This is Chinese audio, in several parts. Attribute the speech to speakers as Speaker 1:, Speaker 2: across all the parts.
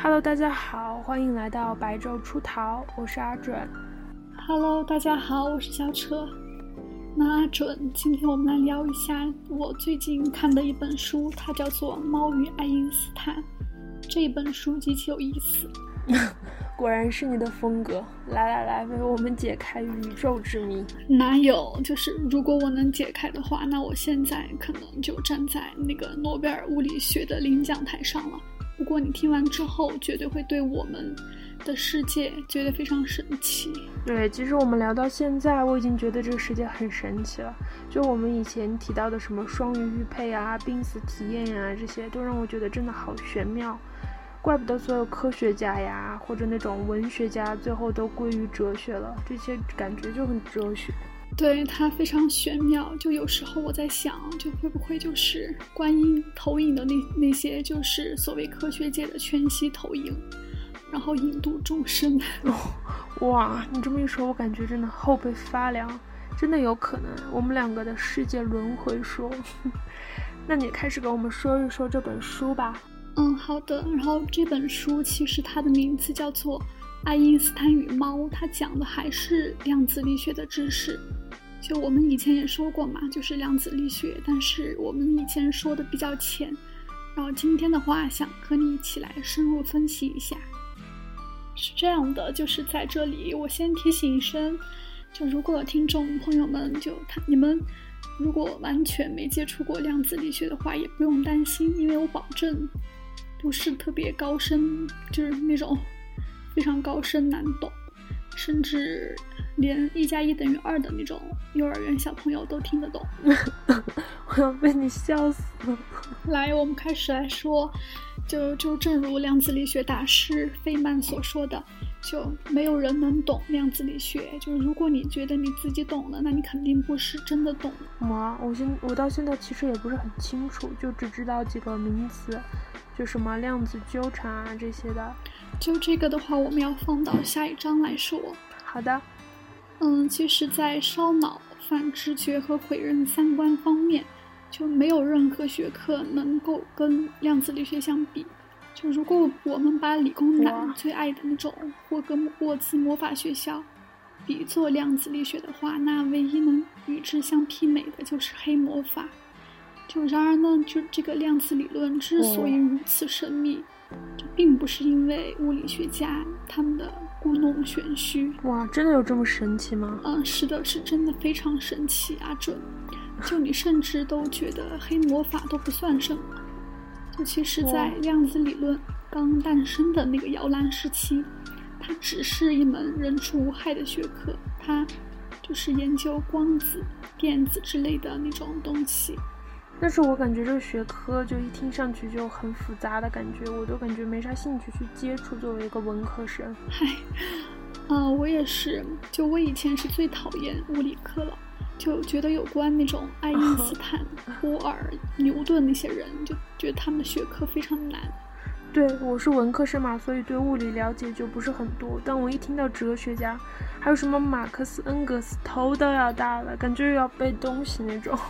Speaker 1: Hello， 大家好，欢迎来到白昼出逃，我是阿准。
Speaker 2: Hello， 大家好，我是小扯。那阿准，今天我们来聊一下我最近看的一本书，它叫做《猫与爱因斯坦》。这一本书极其有意思。
Speaker 1: 果然是你的风格，来，为我们解开宇宙之谜。
Speaker 2: 哪有，就是如果我能解开的话，那我现在可能就站在那个诺贝尔物理学的领奖台上了。不过你听完之后，绝对会对我们的世界觉得非常神奇。
Speaker 1: 对，其实我们聊到现在，我已经觉得这个世界很神奇了。就我们以前提到的什么双鱼玉佩啊、濒死体验呀，这些都让我觉得真的好玄妙。怪不得所有科学家呀，或者那种文学家，最后都归于哲学了。这些感觉就很哲学。
Speaker 2: 对，它非常玄妙。就有时候我在想，就会不会就是观音投影的那些，就是所谓科学界的全息投影，然后引渡众生。
Speaker 1: 哇，你这么一说，我感觉真的后背发凉。真的有可能，我们两个的世界轮回说。那你开始跟我们说一说这本书吧。
Speaker 2: 好的。然后这本书其实它的名字叫做《爱因斯坦与猫》，它讲的还是量子力学的知识。就我们以前也说过嘛，就是量子力学，但是我们以前说的比较浅。然后今天的话，想和你一起来深入分析一下。是这样的，就是在这里我先提醒一声，就如果听众朋友们你们如果完全没接触过量子力学的话，也不用担心，因为我保证不是特别高深，就是那种非常高深难懂，甚至连1+1=2的那种幼儿园小朋友都听得懂。
Speaker 1: 我要被你笑死了。
Speaker 2: 来，我们开始来说，就正如量子力学大师费曼所说的，就没有人能懂量子力学。就是如果你觉得你自己懂了，那你肯定不是真的懂。
Speaker 1: 我到现在其实也不是很清楚，就只知道几个名词，就什么量子纠缠啊这些的。
Speaker 2: 就这个的话，我们要放到下一章来说。
Speaker 1: 好的。
Speaker 2: 其实在烧脑、反直觉和毁认三观方面，就没有任何学科能够跟量子力学相比。就如果我们把理工男最爱的那种霍格沃兹魔法学校比作量子力学的话，那唯一能与之相媲美的就是黑魔法。就然而呢，就这个量子理论之所以如此神秘，这并不是因为物理学家他们的故弄玄虚。
Speaker 1: 哇，真的有这么神奇吗？
Speaker 2: 是的，是真的非常神奇啊，准。就你甚至都觉得黑魔法都不算什么。就其实在量子理论刚诞生的那个摇篮时期，它只是一门人畜无害的学科，它就是研究光子、电子之类的那种东西。
Speaker 1: 但是我感觉这个学科就一听上去就很复杂的感觉，我都感觉没啥兴趣去接触，作为一个文科生。
Speaker 2: 我也是，就我以前是最讨厌物理课了，就觉得有关那种爱因斯坦、波尔、牛顿那些人，就觉得他们的学科非常难。
Speaker 1: 对，我是文科生嘛，所以对物理了解就不是很多。但我一听到哲学家，还有什么马克思、恩格斯，头都要大了，感觉要背东西那种。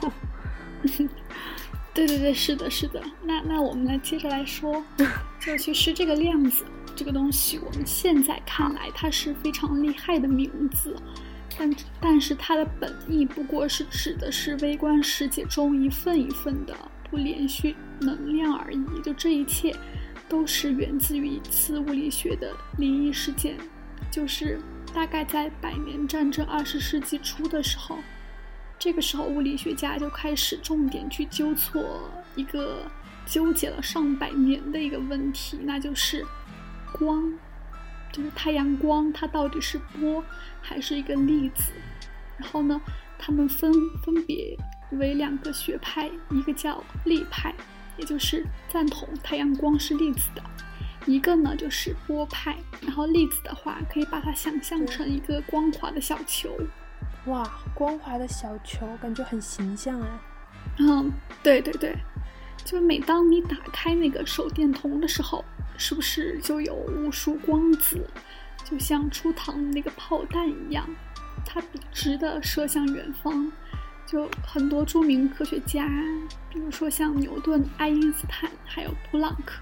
Speaker 2: 对，是的。那我们来接着来说，就其实这个量子这个东西，我们现在看来它是非常厉害的名字，但是它的本意不过是指的是微观世界中一份一份的不连续能量而已。就这一切都是源自于一次物理学的灵异事件，就是大概在100年战争20世纪初的时候，这个时候物理学家就开始重点去纠错一个纠结了上百年的一个问题，那就是光，就是太阳光它到底是波还是一个粒子。然后呢，他们分别为2个学派，一个叫力派，也就是赞同太阳光是粒子的，一个呢就是波派。然后粒子的话，可以把它想象成一个光滑的小球。
Speaker 1: 哇，光滑的小球，感觉很形象哎。
Speaker 2: 对，就每当你打开那个手电筒的时候，是不是就有无数光子，就像出膛那个炮弹一样，它笔直的射向远方。就很多著名科学家，比如说像牛顿、爱因斯坦还有普朗克，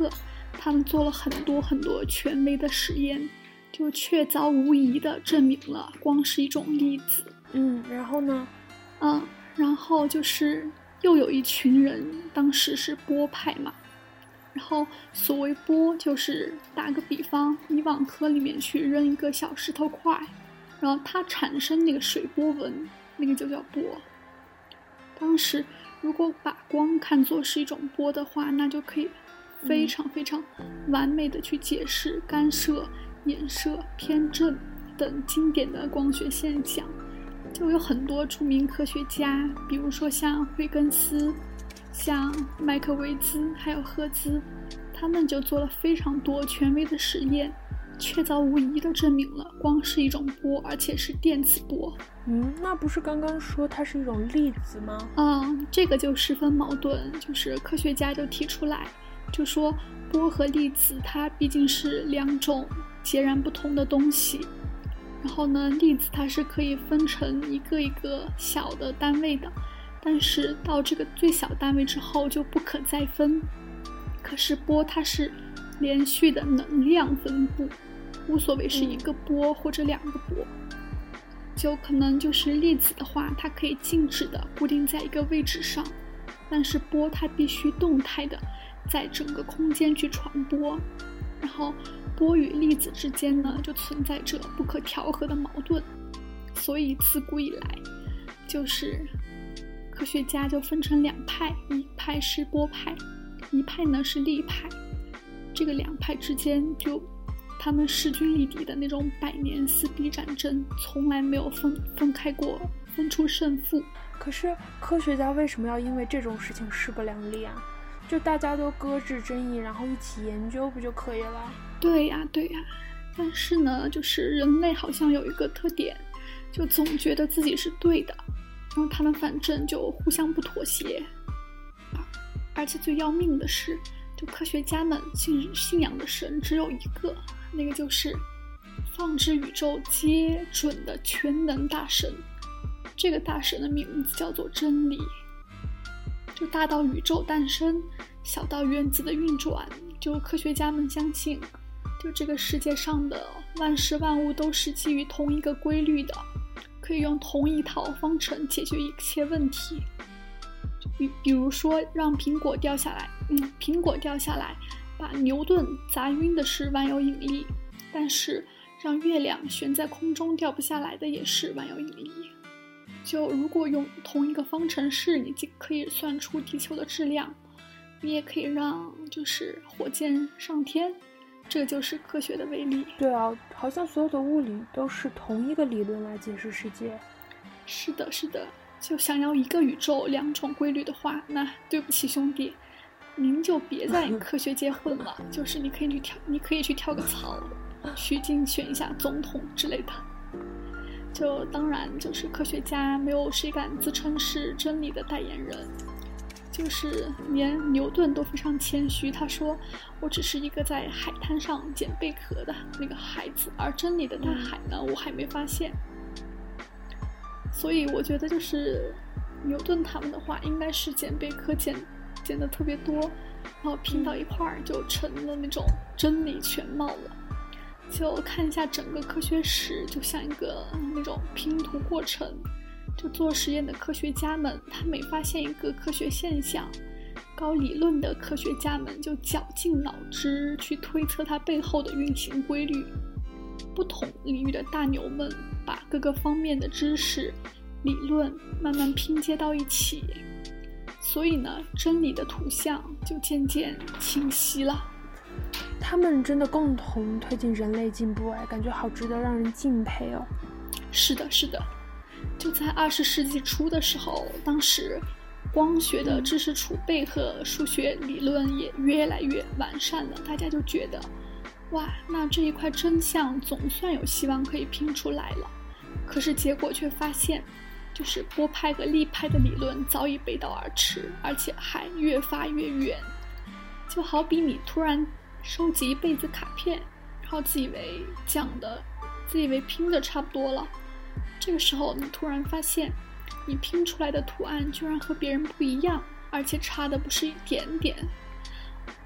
Speaker 2: 他们做了很多很多权威的实验，就确凿无疑地证明了光是一种粒子。
Speaker 1: 然后呢？
Speaker 2: 然后就是又有一群人，当时是波派嘛。然后所谓波，就是打个比方，你往河里面去扔一个小石头块，然后它产生那个水波纹，那个就叫波。当时如果把光看作是一种波的话，那就可以非常非常完美的去解释干涉、衍射、偏振等经典的光学现象。就有很多著名科学家，比如说像惠更斯、像麦克维兹还有赫兹，他们就做了非常多权威的实验，确凿无疑地证明了光是一种波，而且是电磁波。
Speaker 1: 那不是刚刚说它是一种粒子吗？
Speaker 2: 这个就十分矛盾，就是科学家就提出来，就说波和粒子它毕竟是两种截然不同的东西。然后呢，粒子它是可以分成一个一个小的单位的，但是到这个最小单位之后就不可再分。可是波它是连续的能量分布，无所谓是一个波或者两个波。就可能就是粒子的话，它可以静止的固定在一个位置上，但是波它必须动态的在整个空间去传播。然后波与粒子之间呢，就存在着不可调和的矛盾，所以自古以来，就是科学家就分成两派，一派是波派，一派呢是粒派。这个两派之间就他们势均力敌的那种百年撕逼战争，从来没有分开过，分出胜负。
Speaker 1: 可是科学家为什么要因为这种事情势不两立啊？就大家都搁置争议，然后一起研究不就可以了？
Speaker 2: 对呀。但是呢，就是人类好像有一个特点，就总觉得自己是对的，然后他们反正就互相不妥协。而且最要命的是，就科学家们信仰的神只有一个，那个就是放置宇宙皆准的全能大神。这个大神的名字叫做真理。就大到宇宙诞生，小到原子的运转，就科学家们相信，就这个世界上的万事万物都是基于同一个规律的，可以用同一套方程解决一切问题。比如说让苹果掉下来，把牛顿砸晕的是万有引力，但是让月亮悬在空中掉不下来的也是万有引力。就如果用同一个方程式，你既可以算出地球的质量，你也可以让就是火箭上天，这就是科学的威力。
Speaker 1: 对啊，好像所有的物理都是同一个理论来解释世界。
Speaker 2: 是的，就想要一个宇宙两种规律的话，那对不起兄弟，您就别在科学界混了。就是你可以去跳个槽，去竞选一下总统之类的。就当然就是科学家没有谁敢自称是真理的代言人，就是连牛顿都非常谦虚，他说我只是一个在海滩上捡贝壳的那个孩子，而真理的大海呢，我还没发现。所以我觉得就是牛顿他们的话应该是捡贝壳捡的特别多，然后拼到一块儿就成了那种真理全貌了。就看一下整个科学史，就像一个那种拼图过程。就做实验的科学家们，他每发现一个科学现象，搞理论的科学家们就绞尽脑汁去推测它背后的运行规律。不同领域的大牛们把各个方面的知识、理论慢慢拼接到一起，所以呢，真理的图像就渐渐清晰了。
Speaker 1: 他们真的共同推进人类进步，感觉好值得让人敬佩哦。
Speaker 2: 是的。就在20世纪初的时候，当时光学的知识储备和数学理论也越来越完善了，大家就觉得哇，那这一块真相总算有希望可以拼出来了。可是结果却发现，就是波派和粒派的理论早已背道而驰，而且还越发越远。就好比你突然收集一辈子卡片，然后自以为拼的差不多了，这个时候你突然发现你拼出来的图案居然和别人不一样，而且差的不是一点点。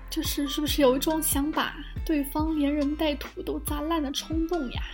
Speaker 2: 就是是不是有一种想把对方连人带土都砸烂的冲动呀？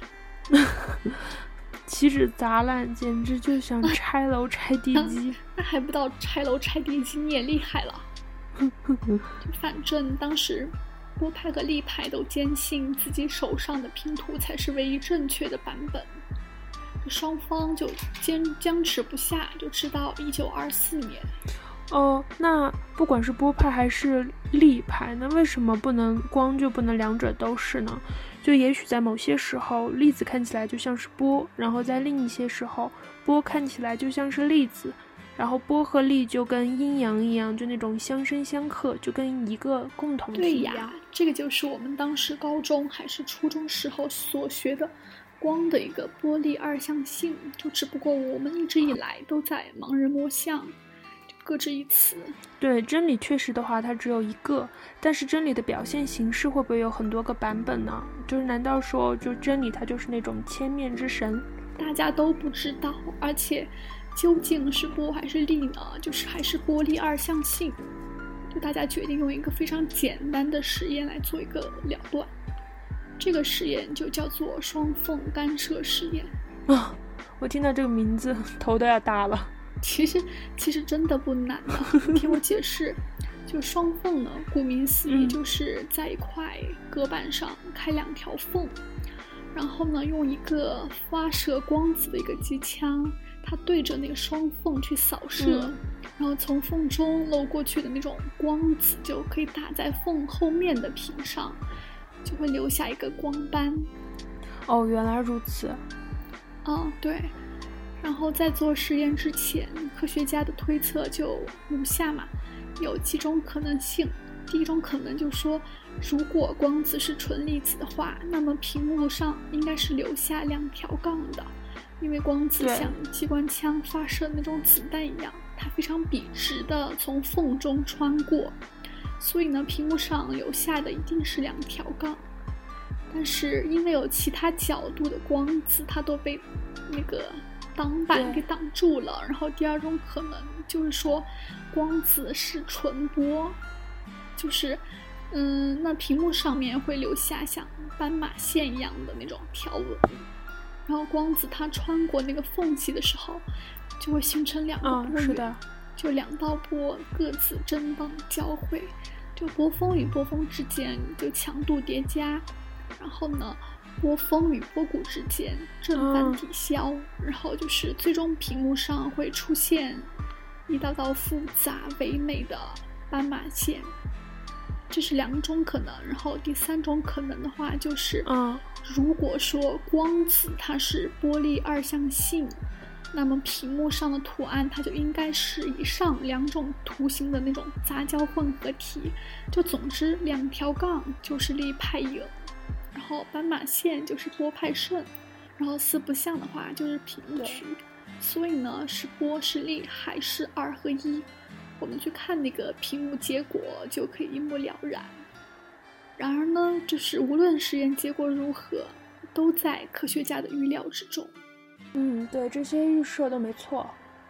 Speaker 1: 岂止砸烂，简直就像拆楼拆地基。
Speaker 2: 那还不到拆楼拆地基，你也厉害了。就反正当时波派和利派都坚信自己手上的拼图才是唯一正确的版本，双方就僵持不下，就直到1924年。
Speaker 1: 那不管是波派还是利派，那为什么光就不能两者都是呢？就也许在某些时候，粒子看起来就像是波，然后在另一些时候，波看起来就像是粒子，然后波和粒就跟阴阳一样，就那种相生相克，就跟一个共同体一样。
Speaker 2: 对呀，这个就是我们当时高中还是初中时候所学的光的一个波粒二象性，就只不过我们一直以来都在盲人摸象，就各执一词。
Speaker 1: 对，真理确实的话它只有一个，但是真理的表现形式会不会有很多个版本呢？就是难道说就真理它就是那种千面之神？
Speaker 2: 大家都不知道，而且究竟是波还是粒呢？就是还是波粒二象性，就大家决定用一个非常简单的实验来做一个了断。这个实验就叫做双缝干涉实验。
Speaker 1: 我听到这个名字头都要大了。
Speaker 2: 其实真的不难的，听我解释。就双缝呢，顾名思义就是在一块隔板上开2条缝，然后呢用一个发射光子的一个机枪，它对着那个双缝去扫射，然后从缝中漏过去的那种光子就可以打在缝后面的屏上，就会留下一个光斑。
Speaker 1: 原来如此。
Speaker 2: 对。然后在做实验之前，科学家的推测就如下嘛，有几种可能性。第一种可能就是说，如果光子是纯粒子的话，那么屏幕上应该是留下2条杠的，因为光子像机关枪发射那种子弹一样，它非常笔直的从缝中穿过，所以呢，屏幕上留下的一定是2条杠。但是因为有其他角度的光子，它都被那个挡板给挡住了。然后第二种可能就是说，光子是纯波，就是那屏幕上面会留下像斑马线一样的那种条纹，然后光子它穿过那个缝隙的时候，就会形成2个波源。
Speaker 1: 是的，
Speaker 2: 就2道波各自震荡交汇，就波峰与波峰之间就强度叠加，然后呢波峰与波谷之间正反抵消，然后就是最终屏幕上会出现一道道复杂唯美的斑马线。这是2种可能。然后第3种可能的话就是如果说光子它是波粒二象性，那么屏幕上的图案它就应该是以上2种图形的那种杂交混合体，就总之2条杠就是利派赢，然后斑马线就是波派胜，然后4不像的话就是平局。所以呢，是波是利还是2和1，我们去看那个屏幕结果就可以一目了然。然而呢，就是无论实验结果如何，都在科学家的预料之中。
Speaker 1: 对，这些预设都没错。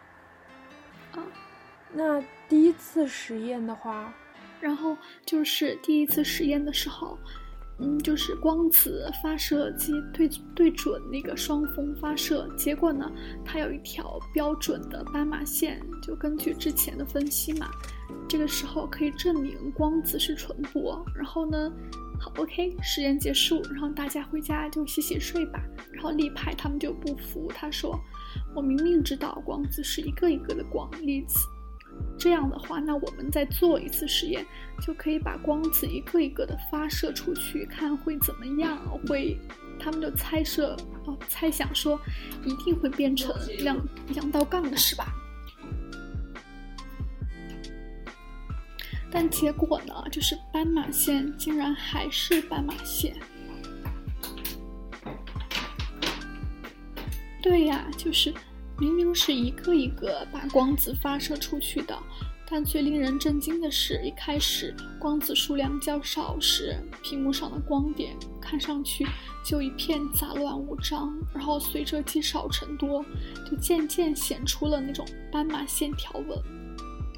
Speaker 1: 那第一次实验的话，
Speaker 2: 然后就是第一次实验的时候，就是光子发射机对准那个双缝发射，结果呢，它有一条标准的斑马线，就根据之前的分析嘛，这个时候可以证明光子是纯波。然后呢，好 ，OK， 实验结束，然后大家回家就洗洗睡吧。然后利派他们就不服，他说：“我明明知道光子是一个一个的光粒子。”这样的话，那我们再做一次实验，就可以把光子一个一个的发射出去，看会怎么样。他们就猜想说，一定会变成两道杠的，是吧？但结果呢，就是斑马线竟然还是斑马线。对呀，就是明明是一个一个把光子发射出去的，但最令人震惊的是，一开始光子数量较少时，屏幕上的光点看上去就一片杂乱无章，然后随着积少成多，就渐渐显出了那种斑马线条纹。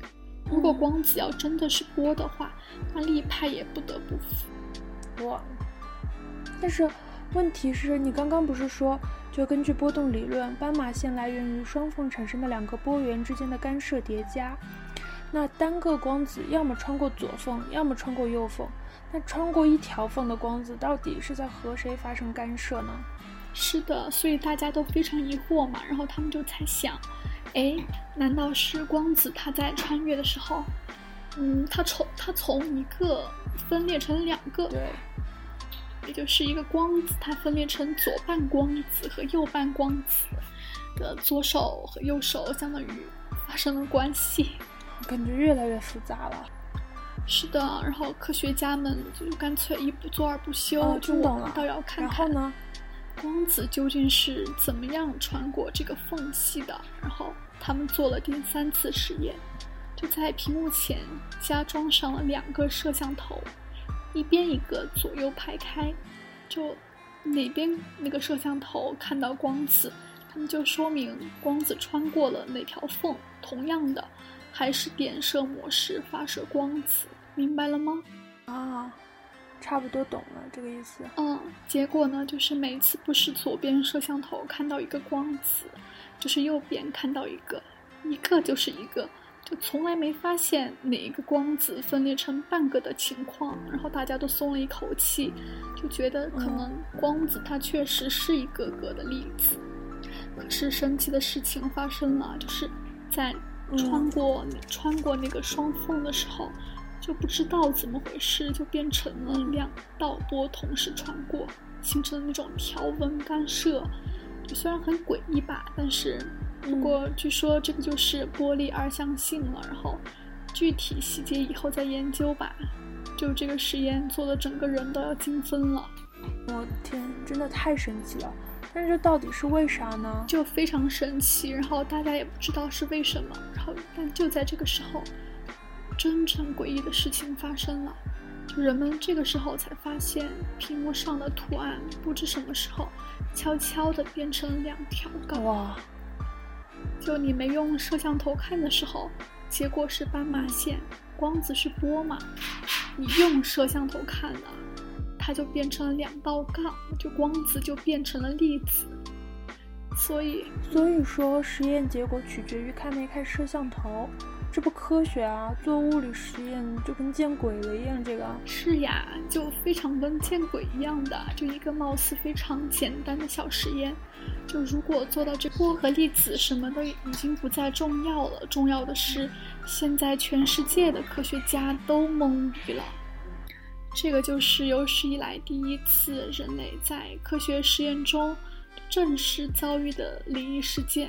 Speaker 2: 如果光子要真的是波的话，那力派也不得不服。
Speaker 1: 哇！但是问题是你刚刚不是说，就根据波动理论，斑马线来源于双缝产生的两个波源之间的干涉叠加。那单个光子要么穿过左缝，要么穿过右缝。那穿过一条缝的光子到底是在和谁发生干涉呢？
Speaker 2: 是的，所以大家都非常疑惑嘛，然后他们就猜想，难道是光子它在穿越的时候，它从一个分裂成两个，
Speaker 1: 对，
Speaker 2: 也就是一个光子它分裂成左半光子和右半光子的左手和右手相当于发生了关系。
Speaker 1: 感觉越来越复杂了。
Speaker 2: 是的，然后科学家们就干脆一不做二不休，就我们倒要看看，
Speaker 1: 然后呢，
Speaker 2: 光子究竟是怎么样穿过这个缝隙的。然后他们做了第3次实验，就在屏幕前加装上了2个摄像头，一边一个左右排开，就哪边那个摄像头看到光子，他们就说明光子穿过了哪条缝。同样的，还是点射模式发射光子，明白了吗？
Speaker 1: 差不多懂了这个意思。
Speaker 2: 结果呢，就是每次不是左边摄像头看到一个光子，就是右边看到一个就是一个，就从来没发现哪一个光子分裂成半个的情况。然后大家都松了一口气，就觉得可能光子它确实是一个个的粒子。可是神奇的事情发生了，就是在穿过那个双缝的时候，就不知道怎么回事，就变成了2道波同时穿过，形成了那种条纹干涉。就虽然很诡异吧，但是不过据说这个就是波粒二象性了。然后具体细节以后再研究吧。就这个实验做的整个人都要精分了。
Speaker 1: 我天，真的太神奇了。但是这到底是为啥呢？
Speaker 2: 就非常神奇，然后大家也不知道是为什么。然后但就在这个时候，真正诡异的事情发生了。就人们这个时候才发现，屏幕上的图案不知什么时候悄悄地变成2条杠。
Speaker 1: 哇！
Speaker 2: 就你没用摄像头看的时候，结果是斑马线，光子是波嘛。你用摄像头看了，它就变成了2道杠，就光子就变成了粒子。所以
Speaker 1: 说实验结果取决于看没看摄像头，这不科学啊！做物理实验就跟见鬼了一样，这个
Speaker 2: 是呀，就非常跟见鬼一样的，就一个貌似非常简单的小实验。就如果做到这波和粒子什么的已经不再重要了，重要的是现在全世界的科学家都懵逼了。这个就是有史以来第1次人类在科学实验中正式遭遇的灵异事件。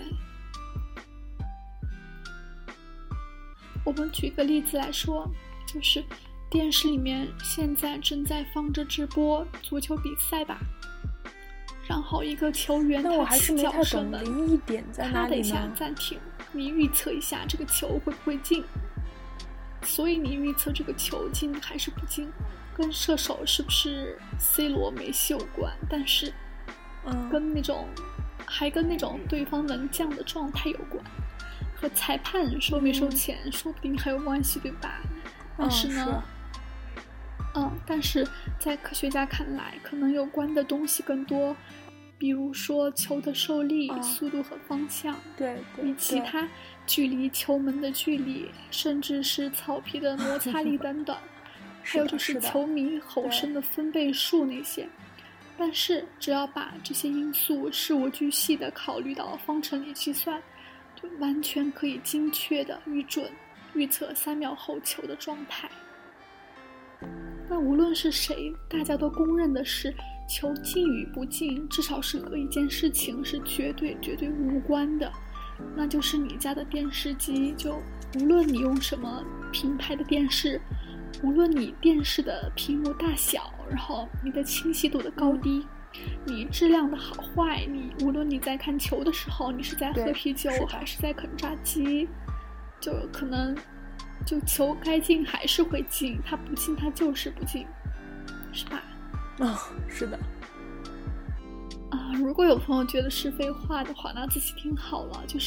Speaker 2: 我们举个例子来说，就是电视里面现在正在放着直播足球比赛吧，然后一个球员他起脚射门，
Speaker 1: 灵异点在哪里呢？
Speaker 2: 咔的一下暂停，你预测一下这个球会不会进？所以你预测这个球进还是不进，跟射手是不是 C 罗梅西有关，但是跟那种对方能降的状态有关，和裁判收没收钱说不定还有关系，对吧？但是呢，但是在科学家看来，可能有关的东西更多，比如说球的受力、速度和方向，
Speaker 1: 对，
Speaker 2: 与其他距离球门的距离，甚至是草皮的摩擦力等等，还有就是球迷吼声的分贝数那些。但是只要把这些因素事无巨细地考虑到方程里计算，就完全可以精确地预测3秒后球的状态。但无论是谁，大家都公认的是，球进与不进，至少是和一件事情是绝对无关的，那就是你家的电视机。就无论你用什么品牌的电视，无论你电视的屏幕大小，然后你的清晰度的高低，你质量的好坏，无论你在看球的时候，你是在喝啤酒还是在啃炸鸡，就可能就球该进还是会进，它不进它就是不进，是吧？
Speaker 1: 是的。
Speaker 2: 如果有朋友觉得是废话的话，那仔细听好了，就是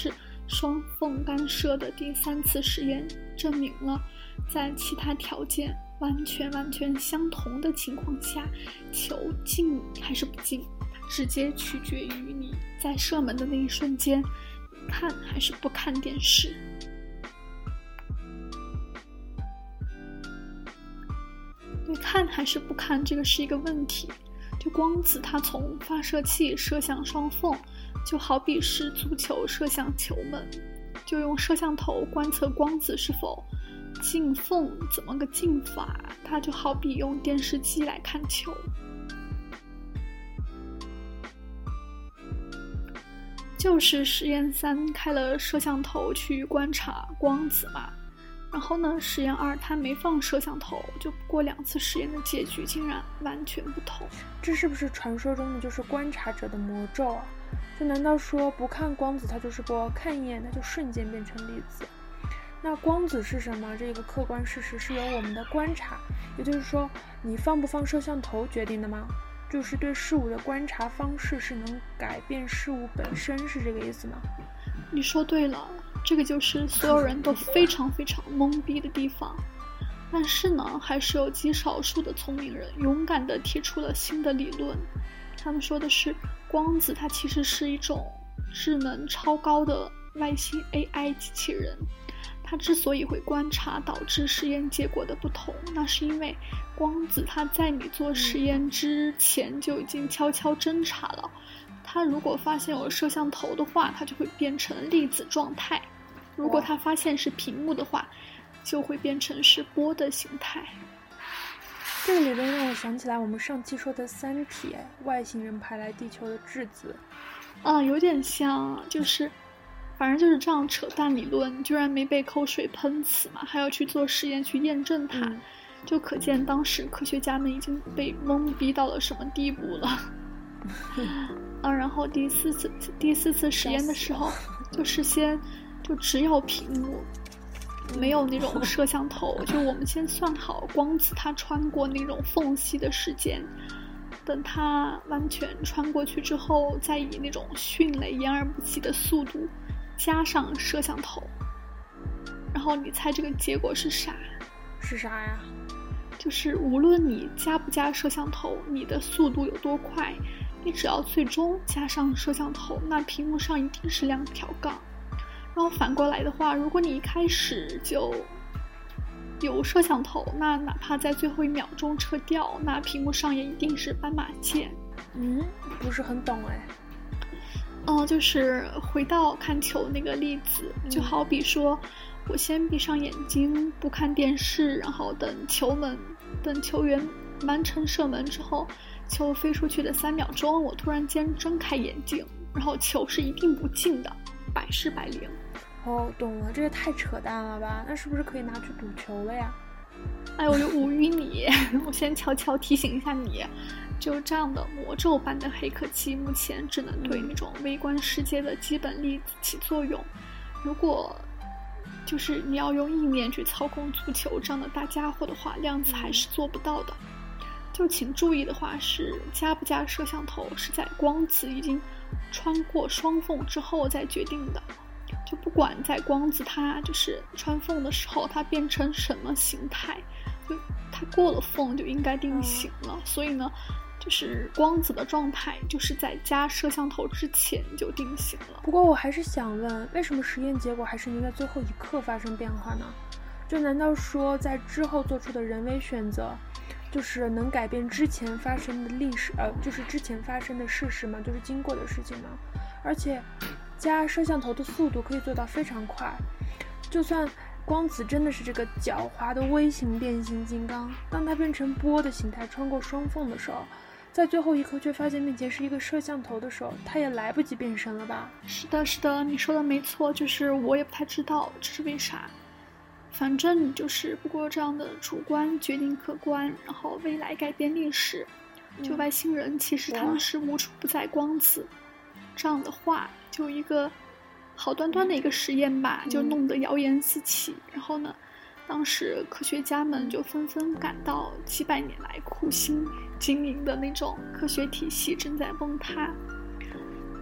Speaker 2: 双缝干涉的第3次实验证明了，在其他条件完全相同的情况下，球进还是不进，它直接取决于你在射门的那一瞬间，你看还是不看电视。对，看还是不看，这个是一个问题。就光子它从发射器射向双缝，就好比是足球射向球门，就用摄像头观测光子是否进缝，怎么个进法，它就好比用电视机来看球。就是实验3开了摄像头去观察光子嘛，然后呢，实验2它没放摄像头，就不过2次实验的结局竟然完全不同。
Speaker 1: 这是不是传说中的就是观察者的魔咒啊？就难道说不看光子它就是波，看一眼它就瞬间变成粒子？那光子是什么？这个客观事实是由我们的观察，也就是说你放不放摄像头决定的吗？就是对事物的观察方式是能改变事物本身，是这个意思吗？
Speaker 2: 你说对了，这个就是所有人都非常懵逼的地方。但是呢，还是有极少数的聪明人勇敢地提出了新的理论。他们说的是，光子它其实是一种智能超高的外星 AI 机器人。它之所以会观察导致实验结果的不同，那是因为光子它在你做实验之前就已经悄悄侦查了。它如果发现有摄像头的话，它就会变成粒子状态；如果它发现是屏幕的话，就会变成是波的形态。
Speaker 1: 这个理论让我想起来我们上期说的三体，外星人派来地球的质子。
Speaker 2: 有点像，就是反正就是这样扯淡理论，居然没被口水喷死嘛，还要去做实验去验证它，就可见当时科学家们已经被懵逼到了什么地步了。然后第四次实验的时候，就先只有屏幕，没有那种摄像头，就我们先算好光子它穿过那种缝隙的时间，等它完全穿过去之后，再以那种迅雷掩耳不及的速度加上摄像头。然后你猜这个结果是啥？
Speaker 1: 是啥呀？
Speaker 2: 就是无论你加不加摄像头，你的速度有多快，你只要最终加上摄像头，那屏幕上一定是2条杠。然后反过来的话，如果你一开始就有摄像头，那哪怕在最后1秒钟撤掉，那屏幕上也一定是斑马线。
Speaker 1: 不是很懂哎。
Speaker 2: 就是回到看球那个例子，就好比说我先闭上眼睛不看电视，然后等球员完成射门之后，球飞出去的3秒钟，我突然间睁开眼睛，然后球是一定不进的，100试100灵。
Speaker 1: 懂了，这也太扯淡了吧？那是不是可以拿去赌球了呀？
Speaker 2: 我就无语你。我先悄悄提醒一下你，就这样的魔咒般的黑科技目前只能对那种微观世界的基本粒子起作用。如果就是你要用意念去操控足球这样的大家伙的话，量子还是做不到的。就请注意的话是，加不加摄像头是在光子已经穿过双缝之后再决定的。就不管在光子它就是穿缝的时候它变成什么形态，就它过了缝就应该定型了。所以呢，就是光子的状态就是在加摄像头之前就定型了。
Speaker 1: 不过我还是想问，为什么实验结果还是能在最后一刻发生变化呢？就难道说在之后做出的人为选择就是能改变之前发生的历史就是之前发生的事实吗？就是经过的事情吗？而且加摄像头的速度可以做到非常快，就算光子真的是这个狡猾的微型变形金刚，当它变成波的形态穿过双缝的时候，在最后一刻却发现面前是一个摄像头的时候，它也来不及变身了吧？
Speaker 2: 是的，你说的没错，就是我也不太知道这是为啥。反正就是不过这样的主观决定客观，然后未来改变历史。就外星人其实他们是无处不在光子。这样的话，就一个好端端的一个实验吧，就弄得谣言四起。然后呢，当时科学家们就纷纷感到几百年来苦心经营的那种科学体系正在崩塌。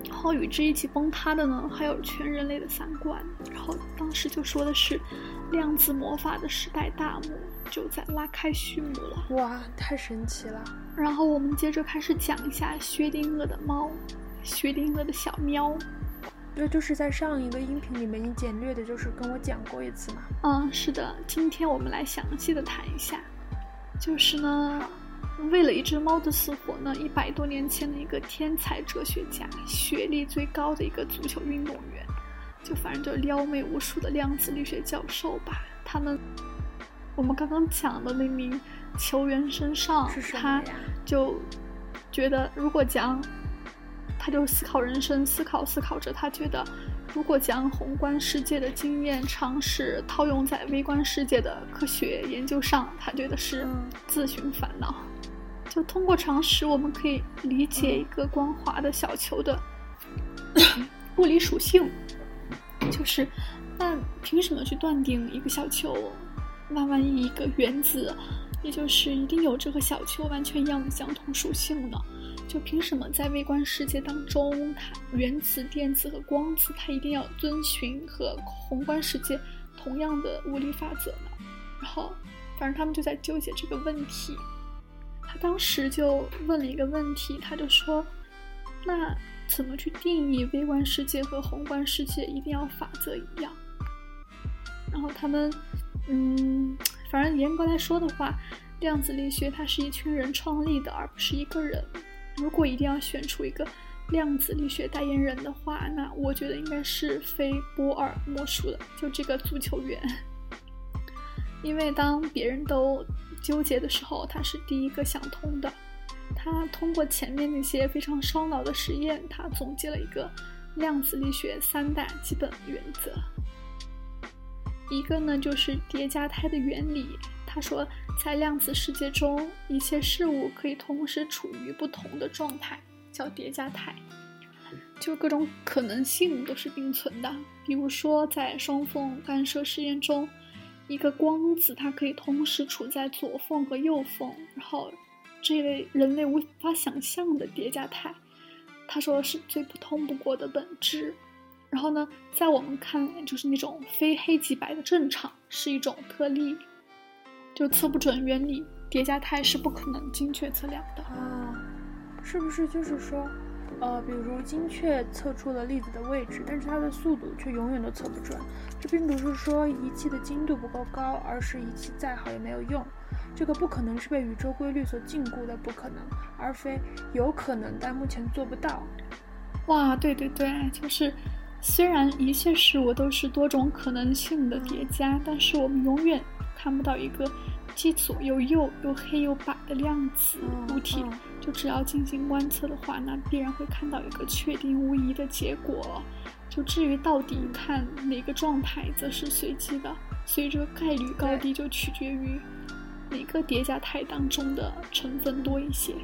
Speaker 2: 然后与之一起崩塌的呢，还有全人类的三观。然后当时就说的是，量子魔法的时代大幕就在拉开序幕了。
Speaker 1: 哇，太神奇了！
Speaker 2: 然后我们接着开始讲一下薛定谔的猫，薛定谔的小喵。
Speaker 1: 对，就是在上一个音频里面你简略的就是跟我讲过一次嘛。
Speaker 2: 是的，今天我们来详细的谈一下，就是呢，为了一只猫的死活呢，100多年前的一个天才哲学家，学历最高的一个足球运动员，就反正就撩妹无数的量子力学教授吧，我们刚刚讲的那名球员身上，他就觉得如果讲，他就思考人生，思考着，他觉得如果将宏观世界的经验常识套用在微观世界的科学研究上，他觉得是自寻烦恼。就通过常识，我们可以理解一个光滑的小球的物理属性，就是那凭什么去断定一个小球万一一个原子，也就是一定有这和小球完全一样的相同属性呢？就凭什么在微观世界当中，它原子、电子和光子它一定要遵循和宏观世界同样的物理法则呢？然后反正他们就在纠结这个问题。他当时就问了一个问题，他就说，那怎么去定义微观世界和宏观世界一定要法则一样？然后他们反正严格来说的话，量子力学它是一群人创立的，而不是一个人。如果一定要选出一个量子力学代言人的话，那我觉得应该是非波尔莫属的，就这个足球员。因为当别人都纠结的时候，他是第一个想通的。他通过前面那些非常烧脑的实验，他总结了一个量子力学3大基本原则。一个呢就是叠加态的原理，他说在量子世界中，一切事物可以同时处于不同的状态，叫叠加态，就各种可能性都是并存的。比如说在双缝干涉实验中，一个光子它可以同时处在左缝和右缝，然后这类人类无法想象的叠加态，他说是最不通不过的本质。然后呢，在我们看来就是那种非黑即白的正常，是一种特例，就测不准原理，叠加态是不可能精确测量的。
Speaker 1: 是不是就是说比如精确测出了粒子的位置，但是它的速度却永远都测不准。这并不是说仪器的精度不够高，而是仪器再好也没有用。这个不可能是被宇宙规律所禁锢的不可能，而非有可能但目前做不到。
Speaker 2: 哇，对，就是虽然一切事物都是多种可能性的叠加，但是我们永远看不到一个既左又右又黑又白的量子物体。就只要进行观测的话，那必然会看到一个确定无疑的结果。就至于到底看哪个状态则是随机的，所以这个概率高低就取决于哪个叠加态当中的成分多一些。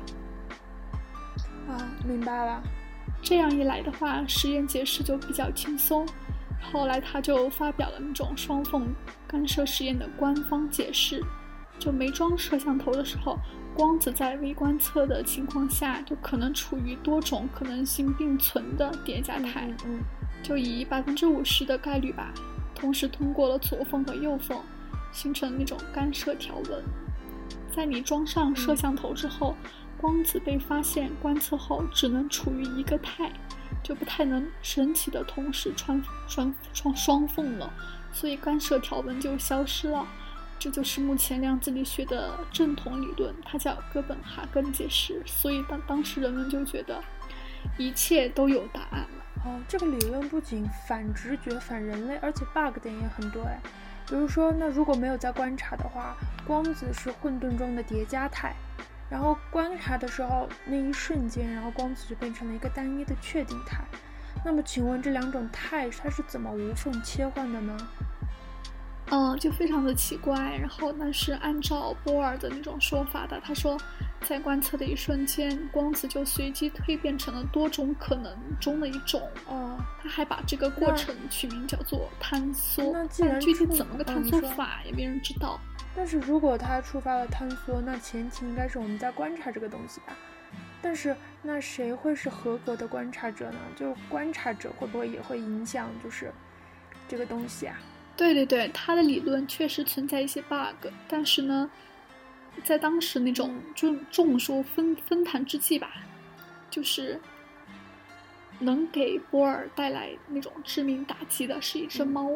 Speaker 1: 明白了。
Speaker 2: 这样一来的话，实验解释就比较轻松。后来他就发表了那种双缝干涉实验的官方解释，就没装摄像头的时候，光子在微观测的情况下就可能处于多种可能性并存的叠加态，就以50%的概率吧，同时通过了左缝和右缝，形成那种干涉条纹。在你装上摄像头之后，光子被发现观测后只能处于一个态，就不太能神奇的同时穿双缝了，所以干涉条纹就消失了。这就是目前量子力学的正统理论，它叫哥本哈根解释。所以当时人们就觉得一切都有答案了。
Speaker 1: 这个理论不仅反直觉反人类，而且 bug 点也很多。比如说，那如果没有在观察的话，光子是混沌中的叠加态，然后观察的时候那一瞬间，然后光子就变成了一个单一的确定态。那么请问这两种态它是怎么无缝切换的呢？
Speaker 2: 就非常的奇怪。然后那是按照波尔的那种说法的，他说在观测的一瞬间，光子就随机蜕变成了多种可能中的一种。他还把这个过程取名叫做坍缩，但具体怎么个坍缩法也没人知道。
Speaker 1: 但是如果它触发了坍缩，那前提应该是我们在观察这个东西吧。但是那谁会是合格的观察者呢？就观察者会不会也会影响就是这个东西啊？
Speaker 2: 对对对，他的理论确实存在一些 bug， 但是呢，在当时那种众说纷纭之际吧，就是能给波尔带来那种致命打击的是一只猫。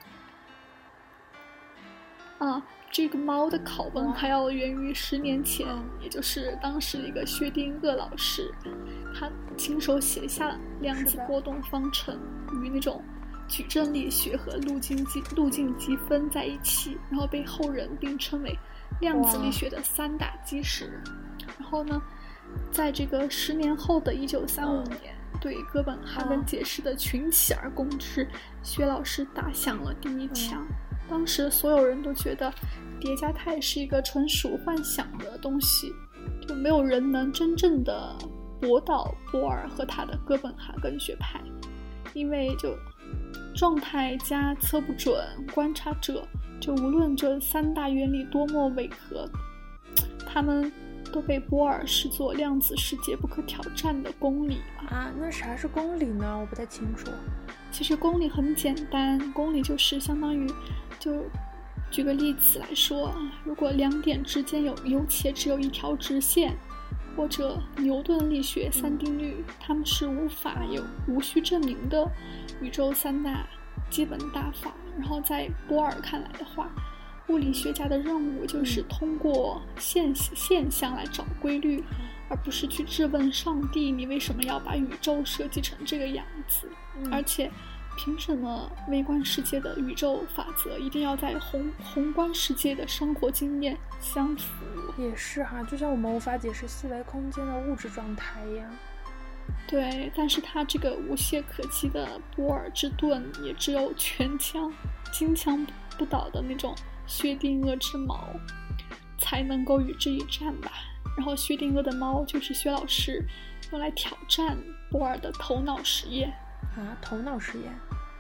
Speaker 2: 这个猫的拷问还要源于10年前，也就是当时的一个薛定谔老师，他亲手写下了量子波动方程与那种矩阵力学和路径积分在一起，然后被后人并称为量子力学的3大基石。然后呢，在这个10年后的1935年，对哥本哈根解释的群起而攻之，薛老师打响了第一枪。当时所有人都觉得叠加态是一个纯属幻想的东西，就没有人能真正的驳倒波尔和他的哥本哈根学派，因为就状态加测不准观察者，就无论这3大原理多么违和，他们都被波尔视作量子世界不可挑战的公理
Speaker 1: 啊。那啥是公理呢？我不太清楚。
Speaker 2: 其实公理很简单，公理就是相当于，就举个例子来说，如果2点之间有且只有一条直线，或者牛顿力学3定律，它们是无需证明的宇宙3大基本大法。然后在波尔看来的话，物理学家的任务就是通过现象来找规律，而不是去质问上帝你为什么要把宇宙设计成这个样子。而且凭什么微观世界的宇宙法则一定要在宏观世界的生活经验相符？
Speaker 1: 也是哈，就像我们无法解释4维空间的物质状态一样。
Speaker 2: 对，但是他这个无懈可击的波尔之盾，也只有金枪不倒的那种薛定谔之矛才能够与之一战吧。然后薛定谔的猫就是薛老师用来挑战波尔的头脑实验
Speaker 1: 头脑实验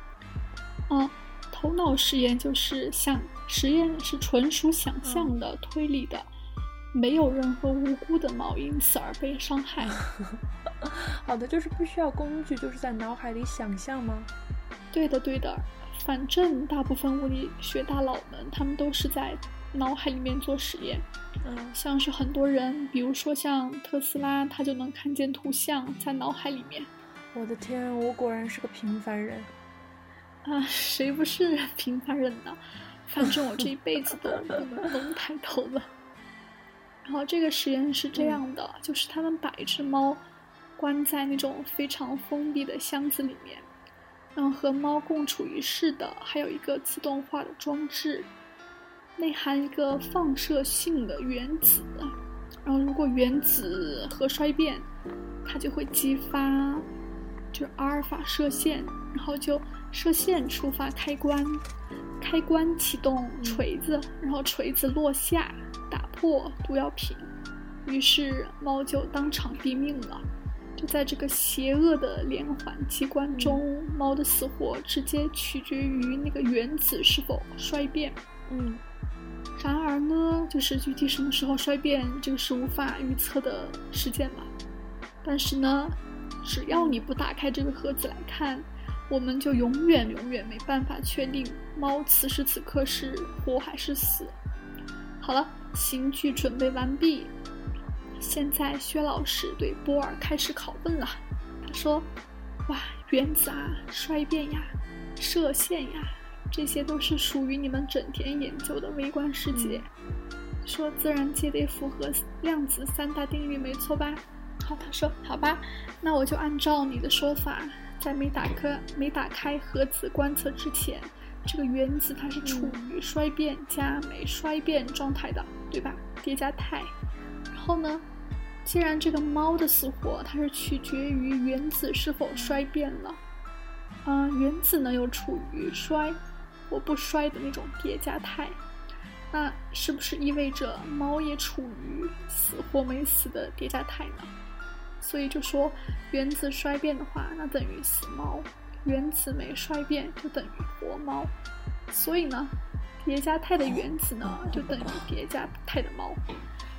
Speaker 2: 头脑实验就是实验是纯属想象的、推理的，没有任何无辜的猫因此而被伤害。
Speaker 1: 好的，就是不需要工具，就是在脑海里想象吗？
Speaker 2: 对的，反正大部分物理学大佬们他们都是在脑海里面做实验。像是很多人，比如说像特斯拉，他就能看见图像在脑海里面。
Speaker 1: 我的天，我果然是个平凡人
Speaker 2: 谁不是平凡人呢？反正我这一辈子都不能抬头了。然后这个实验是这样的，就是他们把一只猫关在那种非常封闭的箱子里面，然后和猫共处一室的还有一个自动化的装置，内含一个放射性的原子，然后如果原子核衰变，它就会激发就阿尔法射线，然后就射线触发开关启动锤子，然后锤子落下打破毒药瓶，于是猫就当场毙命了。就在这个邪恶的连环机关中，猫的死活直接取决于那个原子是否衰变。然而呢，就是具体什么时候衰变，这个是无法预测的事件嘛。但是呢，只要你不打开这个盒子来看，我们就永远没办法确定猫此时此刻是活还是死。好了，刑具准备完毕，现在薛老师对波尔开始拷问了。他说：哇，原子啊，衰变呀，射线呀，这些都是属于你们整天研究的微观世界。说自然界得符合量子3大定律没错吧？好，他说好吧，那我就按照你的说法，在没打开盒子观测之前，这个原子它是处于衰变加没衰变状态的，对吧？叠加态。然后呢，既然这个猫的死活它是取决于原子是否衰变了，原子呢又处于衰或不衰的那种叠加态，那是不是意味着猫也处于死或没死的叠加态呢？所以就说原子衰变的话，那等于死猫；原子没衰变就等于活猫。所以呢，叠加态的原子呢就等于叠加态的猫。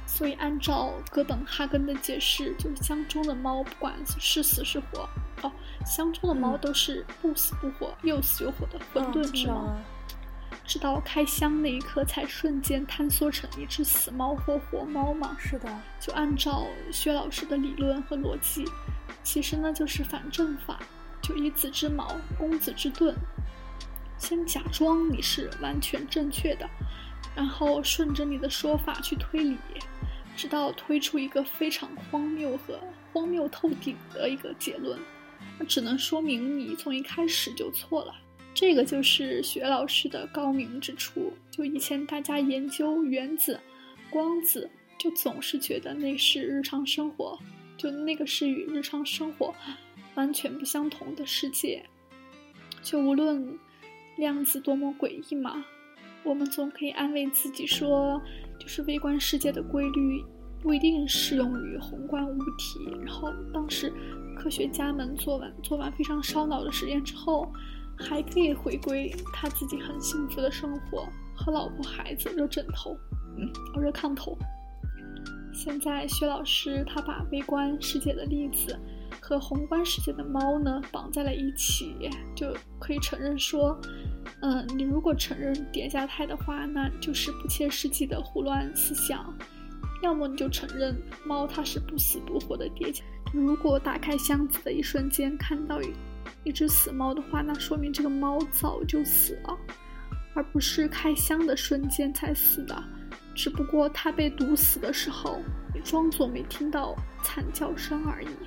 Speaker 2: 所以按照哥本哈根的解释，就是箱中的猫不管是死是活，箱中的猫都是不死不活，又死又活的混沌之猫，直到开箱那一刻才瞬间坍缩成一只死猫或活猫嘛。
Speaker 1: 是的，
Speaker 2: 就按照薛老师的理论和逻辑，其实呢就是反证法，就以子之矛攻子之盾，先假装你是完全正确的，然后顺着你的说法去推理，直到推出一个非常荒谬和荒谬透顶的一个结论，那只能说明你从一开始就错了。这个就是薛老师的高明之处。就以前大家研究原子、光子，就总是觉得那是日常生活，就那个是与日常生活完全不相同的世界。就无论量子多么诡异嘛，我们总可以安慰自己说，就是微观世界的规律不一定适用于宏观物体。然后当时科学家们做完非常烧脑的实验之后，还可以回归他自己很幸福的生活，和老婆孩子热枕头，热炕头。现在薛老师他把微观世界的例子和宏观世界的猫呢绑在了一起，就可以承认说，你如果承认叠加态的话，那就是不切实际的胡乱思想；要么你就承认猫它是不死不活的叠加。如果打开箱子的一瞬间看到一只死猫的话，那说明这个猫早就死了，而不是开箱的瞬间才死的。只不过它被毒死的时候，你装作没听到惨叫声而已。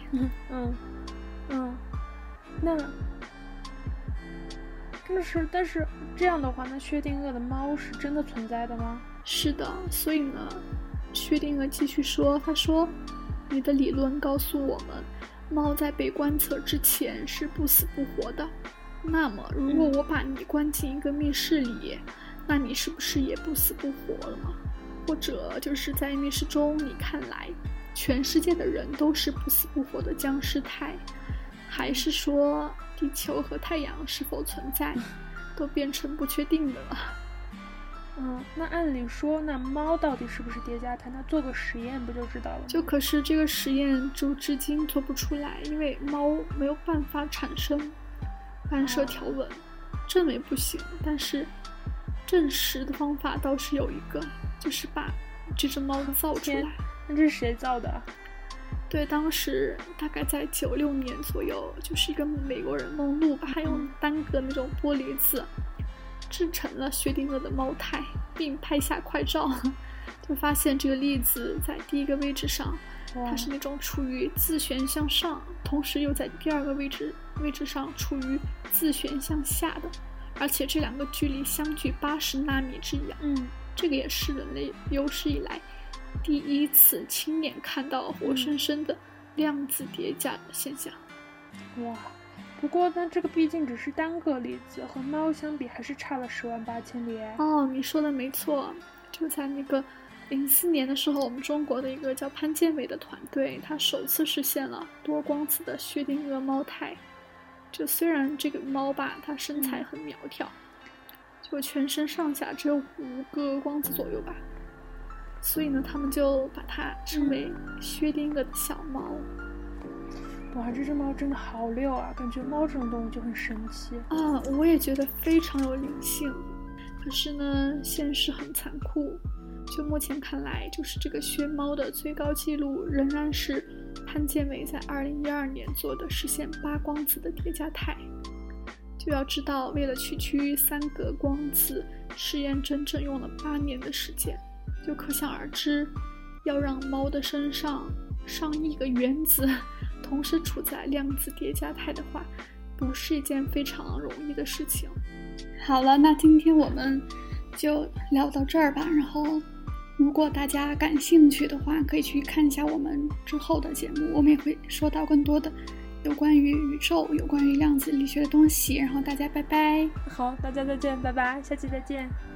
Speaker 1: 但是这样的话，那薛定谔的猫是真的存在的吗？
Speaker 2: 是的，所以呢，薛定谔继续说，他说，你的理论告诉我们，猫在被观测之前是不死不活的。那么，如果我把你关进一个密室里，那你是不是也不死不活了吗？或者就是在密室中，你看来全世界的人都是不死不活的僵尸态，还是说地球和太阳是否存在，都变成不确定的了？
Speaker 1: 那按理说，那猫到底是不是叠加态？那做个实验不就知道了吗？
Speaker 2: 就可是这个实验就至今做不出来，因为猫没有办法产生干涉条纹，证伪不行，但是证实的方法倒是有一个，就是把这只猫造出来。
Speaker 1: 那这是谁造的？
Speaker 2: 对，当时大概在96年左右，就是一个美国人梦露吧，他用单个那种玻璃字制成了薛定谔的猫态，并拍下快照，就发现这个粒子在第一个位置上，它是那种处于自旋向上，同时又在第二个位置上处于自旋向下的，而且这两个距离相距80纳米之遥。这个也是人类有史以来第一次亲眼看到活生生的量子叠加的现象。
Speaker 1: 哇！不过呢，这个毕竟只是单个粒子，和猫相比还是差了108000里。
Speaker 2: 你说的没错，就在那个04年的时候，我们中国的一个叫潘建伟的团队，他首次实现了多光子的薛定谔猫态。就虽然这个猫吧，它身材很苗条，就全身上下只有5个光子左右吧，所以呢，他们就把它称为薛定谔的小猫。
Speaker 1: 哇，这只猫真的好溜啊！感觉猫这种动物就很神奇
Speaker 2: 我也觉得非常有灵性。可是呢，现实很残酷。就目前看来，就是这个薛猫的最高纪录仍然是潘建伟在2012年做的实现8光子的叠加态。就要知道，为了区区3个光子，实验整整用了8年的时间。就可想而知，要让猫的身上上亿个原子同时处在量子叠加态的话，不是一件非常容易的事情。好了，那今天我们就聊到这儿吧。然后如果大家感兴趣的话，可以去看一下我们之后的节目，我们也会说到更多的有关于宇宙、有关于量子力学的东西。然后大家拜拜。
Speaker 1: 好，大家再见，拜拜，下期再见。